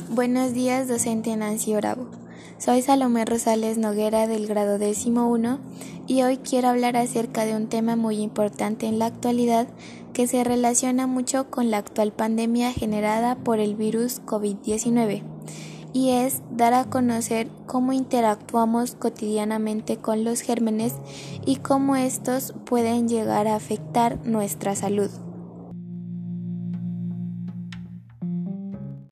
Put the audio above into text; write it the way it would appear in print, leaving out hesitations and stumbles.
Buenos días, docente Nancy Bravo. Soy Salomé Rosales Noguera del grado 11 y hoy quiero hablar acerca de un tema muy importante en la actualidad que se relaciona mucho con la actual pandemia generada por el virus COVID-19 y es dar a conocer cómo interactuamos cotidianamente con los gérmenes y cómo estos pueden llegar a afectar nuestra salud.